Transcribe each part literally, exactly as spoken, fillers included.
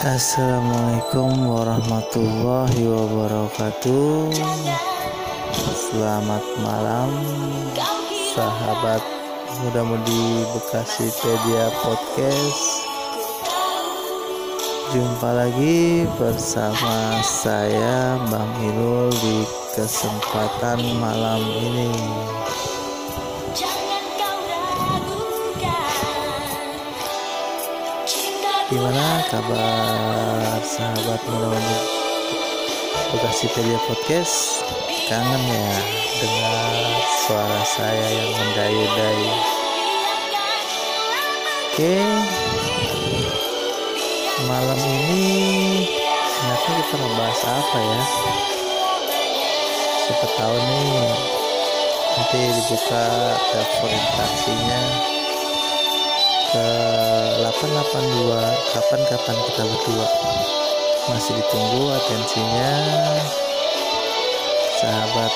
Assalamualaikum warahmatullahi wabarakatuh. Selamat malam sahabat muda-mudi Bekasipedia Podcast. Jumpa lagi bersama saya Bang Irul di kesempatan malam ini. Gimana kabar sahabat muda-mudi Bekasipedia Podcast? Kangen ya dengar suara saya yang mendayu-dayu. Oke, malam ini enaknya kita membahas apa ya? Siapa tahu nih nanti dibuka telepon interaksinya ke delapan delapan dua kapan-kapan kita berdua. Masih ditunggu atensinya sahabat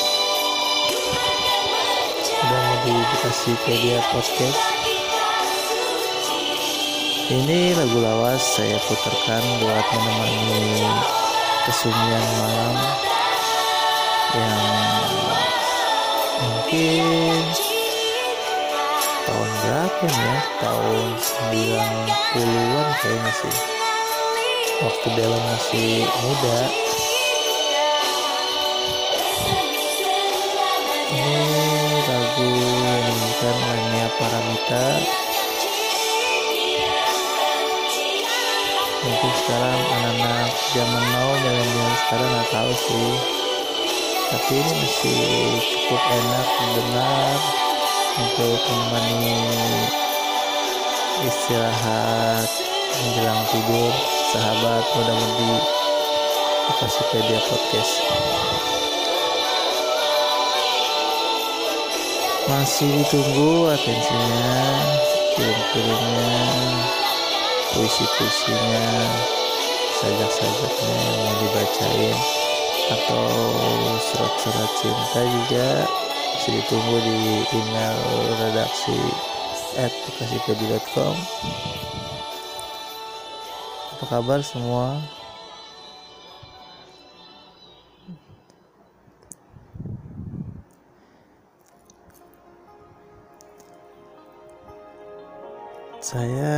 udah mau di Bekasipedia Podcast. Ini lagu lawas saya putarkan buat menemani kesunyian malam yang mungkin tahun berapa ya, tahun sembilan puluhan kayaknya sih, waktu Bella masih muda. Ini lagu yang dinyanyikan oleh Nia Paramita. Mungkin sekarang anak-anak zaman now, milenial sekarang nggak tahu sih, tapi ini masih cukup enak didengar untuk menemani istirahat menjelang tidur sahabat muda-mudi Bekasipedia Podcast. Masih ditunggu atensinya, kirim-kirimnya, puisi-puisinya, sajak-sajaknya yang mau dibacain, atau surat-surat cinta juga masih ditunggu di email redaksi at bekasipedia dot com. Apa kabar semua? Saya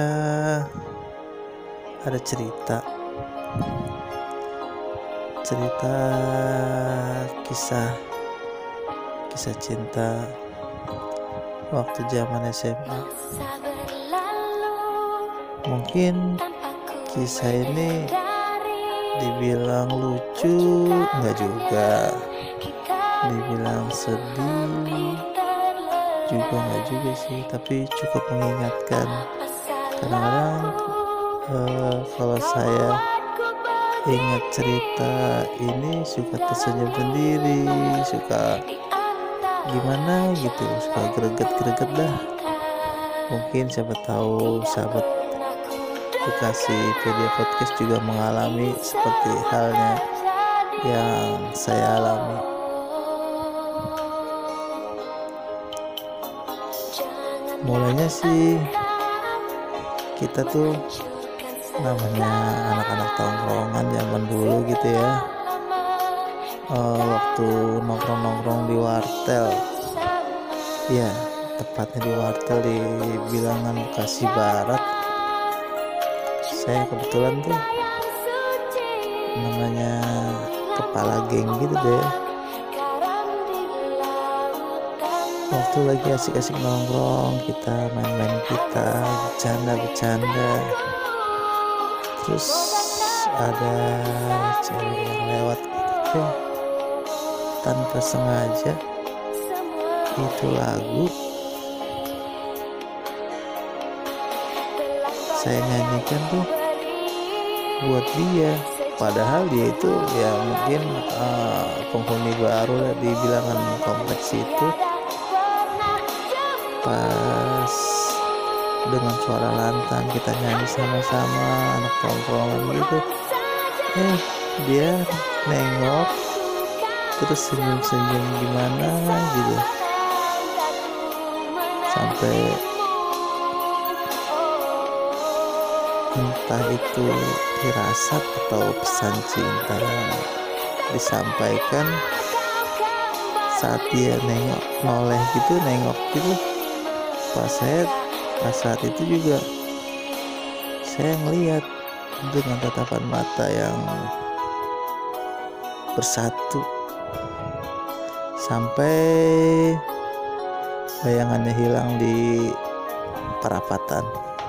ada cerita cerita kisah kisah cinta waktu zaman S M A. Mungkin kisah ini dibilang lucu enggak juga, dibilang sedih juga enggak juga sih, tapi cukup mengingatkan. Kadang-kadang eh, kalau saya ingat cerita ini suka tersenyum sendiri, suka gimana gitu, suka greget-greget dah. Mungkin siapa tahu sahabat Bekasipedia Podcast juga mengalami seperti halnya yang saya alami. Mulanya sih kita tuh namanya anak-anak tongkrongan zaman dulu gitu ya, uh, waktu nongkrong-nongkrong di wartel, ya tepatnya di wartel di bilangan Bekasi Barat. Saya kebetulan tuh namanya kepala geng gitu deh. Waktu lagi asik-asik nongkrong, kita main-main, kita bercanda-bercanda, terus ada cewek yang lewat gitu, tanpa sengaja itu lagu saya nyanyikan tuh buat dia, padahal dia itu ya mungkin uh, penghuni baru di bilangan kompleks itu. Pas dengan suara lantang kita nyanyi sama-sama anak tongkrongan gitu, eh dia nengok terus senyum-senyum gimana gitu, sampai entah itu firasat atau pesan cinta yang disampaikan saat dia nengok noleh gitu nengok gitu. Pas saya pas saat itu juga saya ngelihat dengan tatapan mata yang bersatu sampai bayangannya hilang di perapatan.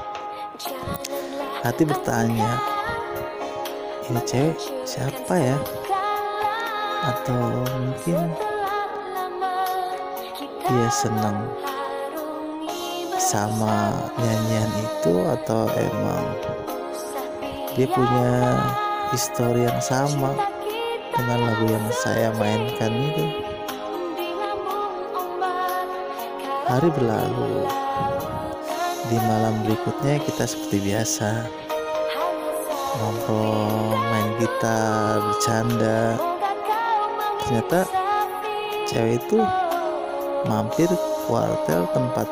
Hati bertanya, ini cewek siapa ya? Atau mungkin dia senang sama nyanyian itu, atau emang dia punya histori yang sama dengan lagu yang saya mainkan itu. Hari berlalu. Di malam berikutnya kita seperti biasa nongkrong, main gitar, bercanda. Ternyata cewek itu mampir ke wartel tempat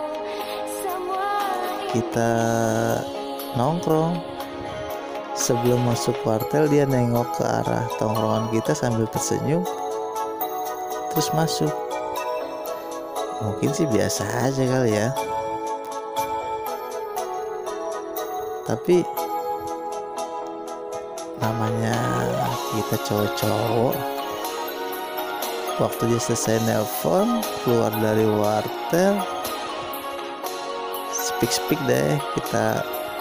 kita nongkrong. Sebelum masuk wartel dia nengok ke arah tongkrongan kita sambil tersenyum, terus masuk. Mungkin sih biasa aja kali ya, tapi namanya kita cowok-cowok, waktu dia selesai nelpon keluar dari wartel, speak-speak deh, kita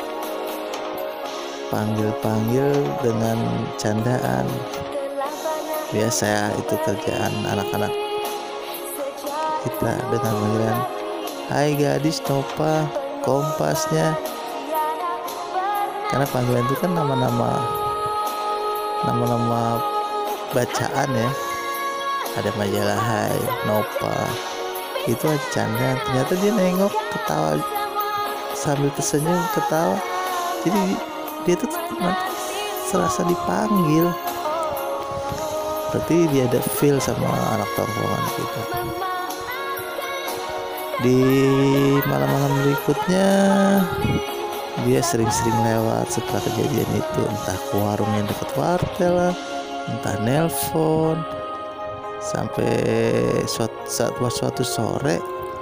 panggil-panggil dengan candaan. Biasa ya, itu kerjaan anak-anak kita dengan panggilan, hai gadis Nova, Kompasnya. Karena panggilan itu kan nama-nama nama-nama bacaan ya. Ada majalah Hai, Nova, itu aja canda. Ternyata dia nengok, ketawa sambil tersenyum, ketawa. Jadi dia tuh serasa dipanggil. Berarti dia ada feel sama anak tongkrongan kita. Di malam-malam berikutnya dia sering-sering lewat setelah kejadian itu, entah ke warung yang dekat wartel lah, entah nelpon. Sampai suatu, suatu, suatu sore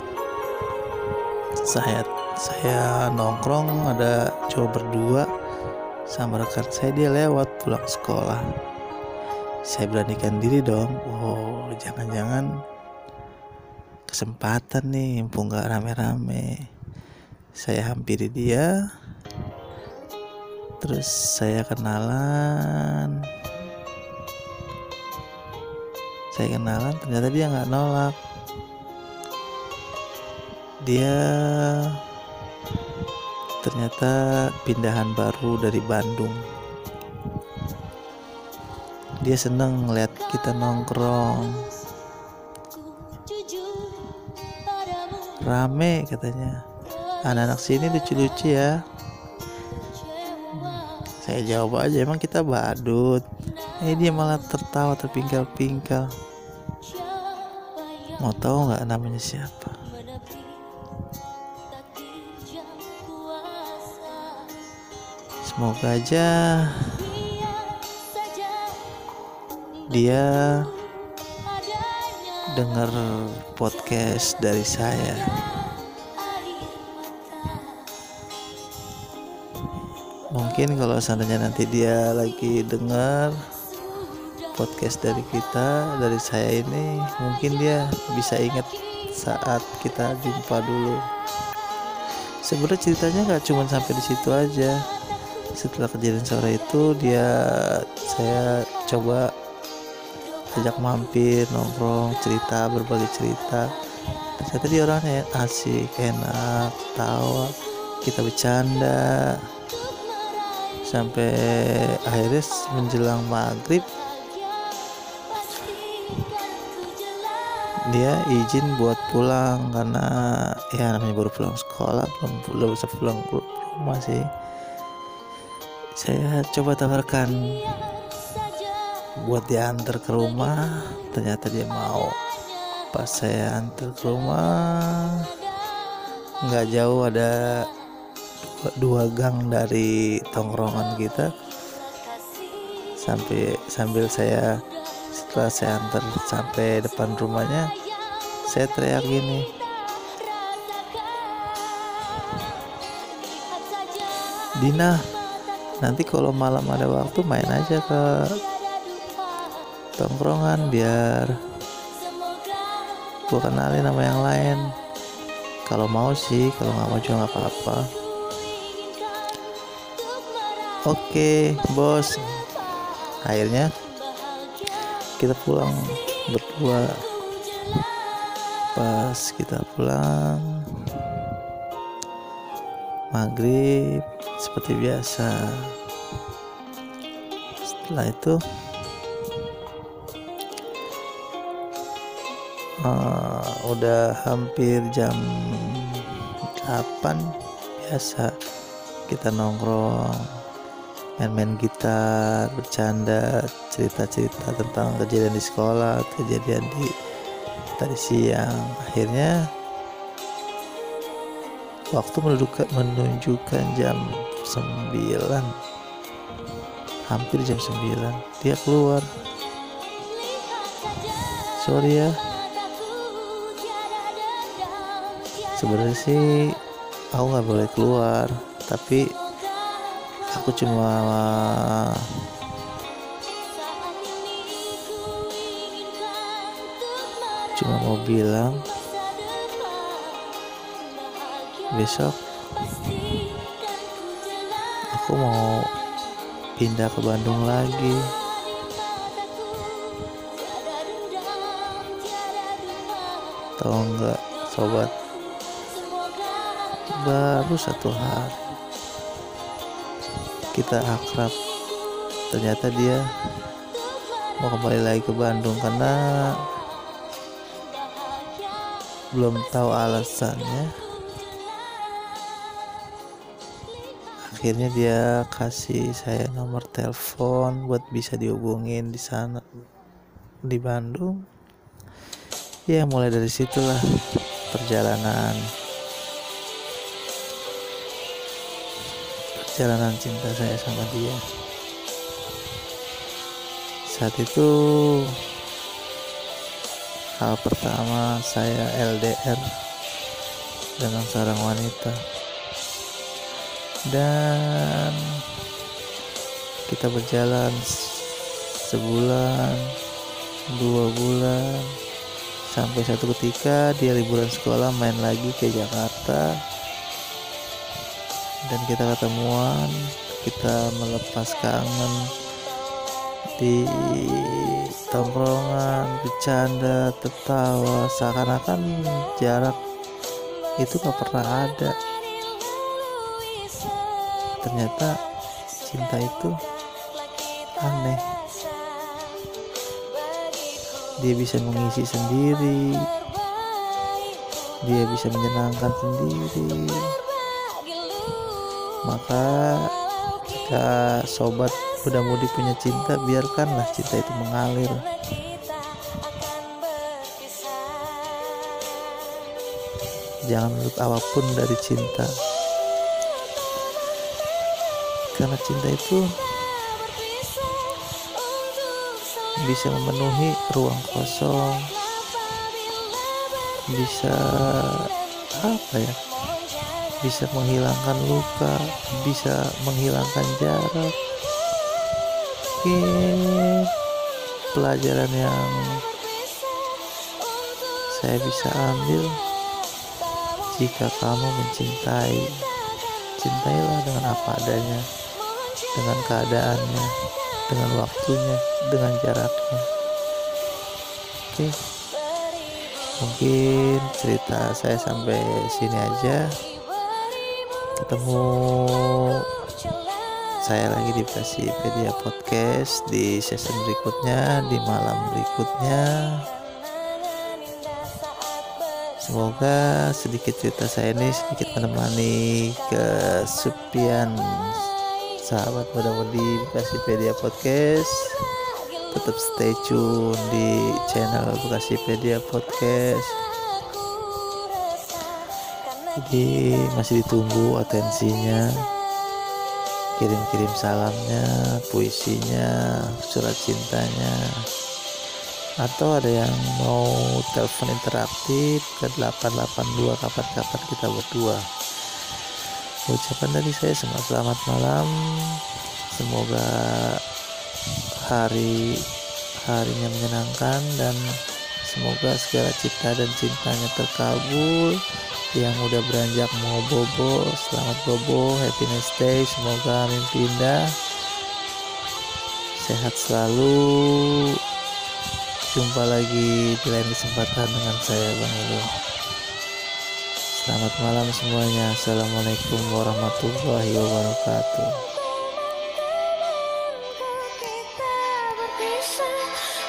saya saya nongkrong, ada cowok berdua sama rekan saya, dia lewat pulang sekolah. Saya beranikan diri dong, oh jangan-jangan kesempatan nih, mumpung gak rame-rame. Saya hampiri dia, terus saya kenalan. Saya kenalan, ternyata dia gak nolak. Dia ternyata pindahan baru dari Bandung. Dia seneng ngeliat kita nongkrong, rame katanya, anak-anak sini lucu-lucu ya. Saya jawab aja, emang kita badut. Eh dia malah tertawa terpingkal-pingkal. Mau tahu nggak namanya siapa? Semoga aja dia dengar podcast dari saya. Mungkin kalau seandainya nanti dia lagi dengar podcast dari kita, dari saya ini, mungkin dia bisa ingat saat kita jumpa dulu. Sebenarnya ceritanya nggak cuma sampai di situ aja. Setelah kejadian sore itu, dia saya coba ajak mampir, nongkrong, cerita, berbagi cerita. Ternyata dia orangnya asik, enak, tawa, kita bercanda. Sampai akhirnya menjelang maghrib dia izin buat pulang, karena ya namanya baru pulang sekolah, belum belum bisa pulang ke rumah sih. Saya coba tawarkan buat diantar ke rumah, ternyata dia mau. Pas saya antar ke rumah, nggak jauh ada dua, dua gang dari tongkrongan kita. Sampai sambil saya setelah saya antar sampai depan rumahnya, saya teriak gini, "Dina, nanti kalau malam ada waktu main aja ke tongkrongan biar gua kenalin sama yang lain. Kalau mau sih, kalau nggak mau juga nggak apa-apa." "Oke bos." Akhirnya kita pulang berdua. Pas kita pulang maghrib seperti biasa. Setelah itu uh, udah hampir jam delapan. Biasa kita nongkrong, main-main gitar, bercanda, cerita-cerita tentang kejadian di sekolah, kejadian di tadi siang. Akhirnya waktu menunjukkan, menunjukkan jam sembilan, hampir jam sembilan, dia keluar. "Sorry ya, sebenarnya sih aku nggak boleh keluar, tapi aku cuma cuma mau bilang besok aku mau pindah ke Bandung lagi. Tahu nggak sobat, baru satu hari kita akrab, ternyata dia mau kembali lagi ke Bandung karena belum tahu alasannya. Akhirnya dia kasih saya nomor telepon buat bisa dihubungin di sana di Bandung. Ya mulai dari situlah perjalanan perjalanan cinta saya sama dia. Saat itu hal pertama saya L D R dengan seorang wanita, dan kita berjalan sebulan, dua bulan, sampai satu ketika dia liburan sekolah main lagi ke Jakarta, dan kita ketemuan, kita melepas kangen di tongkrongan, bercanda, tertawa, seakan-akan jarak itu gak pernah ada. Ternyata cinta itu aneh. Dia bisa mengisi sendiri, dia bisa menyenangkan sendiri. Maka jika sobat muda-mudi punya cinta, biarkanlah cinta itu mengalir. Jangan menuntut apapun dari cinta, karena cinta itu bisa memenuhi ruang kosong, bisa apa ya, bisa menghilangkan luka, bisa menghilangkan jarak. Mungkin pelajaran yang saya bisa ambil, jika kamu mencintai, cintailah dengan apa adanya, dengan keadaannya, dengan waktunya, dengan jaraknya. Oke, mungkin cerita saya sampai sini aja. Ketemu saya lagi di Bekasipedia Podcast di season berikutnya, di malam berikutnya. Semoga sedikit cerita saya ini sedikit menemani kesepian sahabat muda-mudi Bekasipedia Podcast. Tetap stay tune di channel Bekasipedia Podcast. Jadi masih ditunggu atensinya, kirim-kirim salamnya, puisinya, surat cintanya, atau ada yang mau telepon interaktif ke delapan delapan dua kapan-kapan kita berdua. Ucapan dari saya semua selamat malam, semoga hari harinya menyenangkan dan semoga segala cita dan cintanya terkabul. Yang udah beranjak mau bobo, selamat bobo, happiness day, semoga mimpi indah, sehat selalu. Jumpa lagi di lain kesempatan dengan saya Bang Ilum. Selamat malam semuanya. Assalamualaikum warahmatullahi wabarakatuh.